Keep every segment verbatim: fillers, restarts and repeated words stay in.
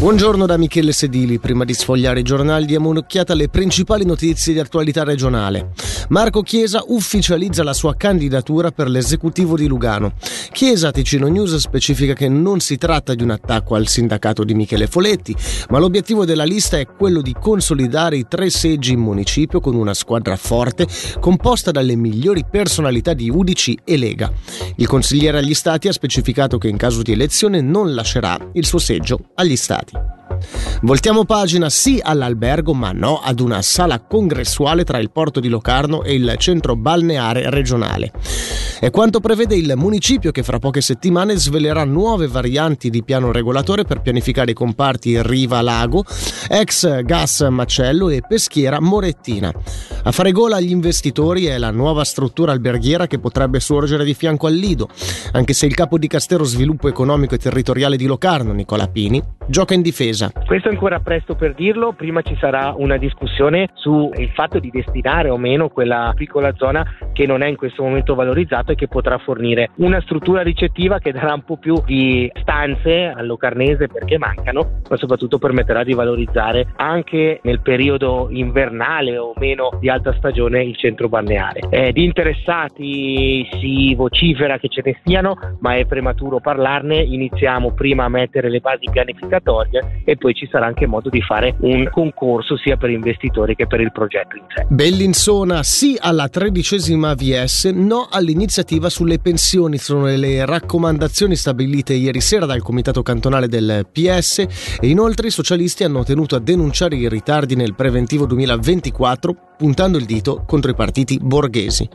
Buongiorno da Michele Sedili. Prima di sfogliare i giornali diamo un'occhiata alle principali notizie di attualità regionale. Marco Chiesa ufficializza la sua candidatura per l'esecutivo di Lugano. Chiesa a Ticino News specifica che non si tratta di un attacco al sindacato di Michele Foletti, ma l'obiettivo della lista è quello di consolidare i tre seggi in municipio con una squadra forte composta dalle migliori personalità di U D C e Lega. Il consigliere agli Stati ha specificato che in caso di elezione non lascerà il suo seggio agli Stati. Voltiamo pagina, sì all'albergo ma no ad una sala congressuale tra il porto di Locarno e il centro balneare regionale. È quanto prevede il municipio che fra poche settimane svelerà nuove varianti di piano regolatore per pianificare i comparti Riva Lago, ex gas Macello e peschiera Morettina. A fare gola agli investitori è la nuova struttura alberghiera che potrebbe sorgere di fianco al Lido, anche se il capo di Castero Sviluppo Economico e Territoriale di Locarno, Nicola Pini, gioca in difesa. Questo è ancora presto per dirlo, prima ci sarà una discussione sul fatto di destinare o meno quella piccola zona che non è in questo momento valorizzato e che potrà fornire una struttura ricettiva che darà un po' più di stanze al locarnese perché mancano, ma soprattutto permetterà di valorizzare anche nel periodo invernale o meno di alta stagione il centro balneare. Eh, di interessati si vocifera che ce ne siano, ma è prematuro parlarne. Iniziamo prima a mettere le basi pianificatorie e poi ci sarà anche modo di fare un concorso sia per investitori che per il progetto in sé. Bellinzona sì alla tredicesima V S, no all'iniziativa sulle pensioni. Sono le raccomandazioni stabilite ieri sera dal comitato cantonale del P S e inoltre i socialisti hanno tenuto a denunciare i ritardi nel preventivo duemilaventiquattro puntando il dito contro i partiti borghesi.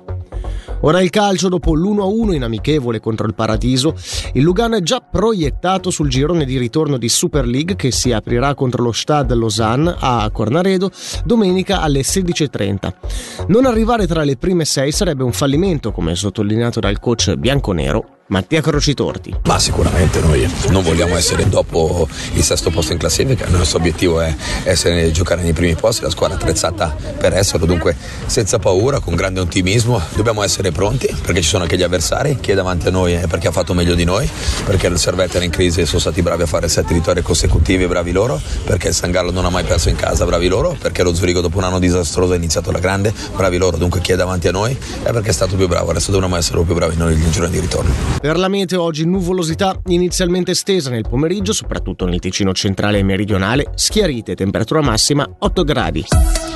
Ora il calcio, dopo l'uno a uno in amichevole contro il Paradiso, il Lugano è già proiettato sul girone di ritorno di Super League che si aprirà contro lo Stade Lausanne a Cornaredo domenica alle sedici e trenta. Non arrivare tra le prime sei sarebbe un fallimento, come sottolineato dal coach bianconero Mattia Crocitorti. Ma sicuramente noi non vogliamo essere dopo il sesto posto in classifica, il nostro obiettivo è essere, giocare nei primi posti, la squadra attrezzata per esserlo, dunque senza paura, con grande ottimismo, dobbiamo essere pronti perché ci sono anche gli avversari, chi è davanti a noi è perché ha fatto meglio di noi, perché il Servette era in crisi e sono stati bravi a fare sette vittorie consecutive, bravi loro, perché il San Gallo non ha mai perso in casa, bravi loro, perché lo Zurigo dopo un anno disastroso ha iniziato alla grande, bravi loro, dunque chi è davanti a noi è perché è stato più bravo, adesso dovremmo essere più bravi noi il giorno di ritorno. Per la meteo oggi nuvolosità inizialmente estesa nel pomeriggio, soprattutto nel Ticino centrale e meridionale, schiarite, temperatura massima otto gradi.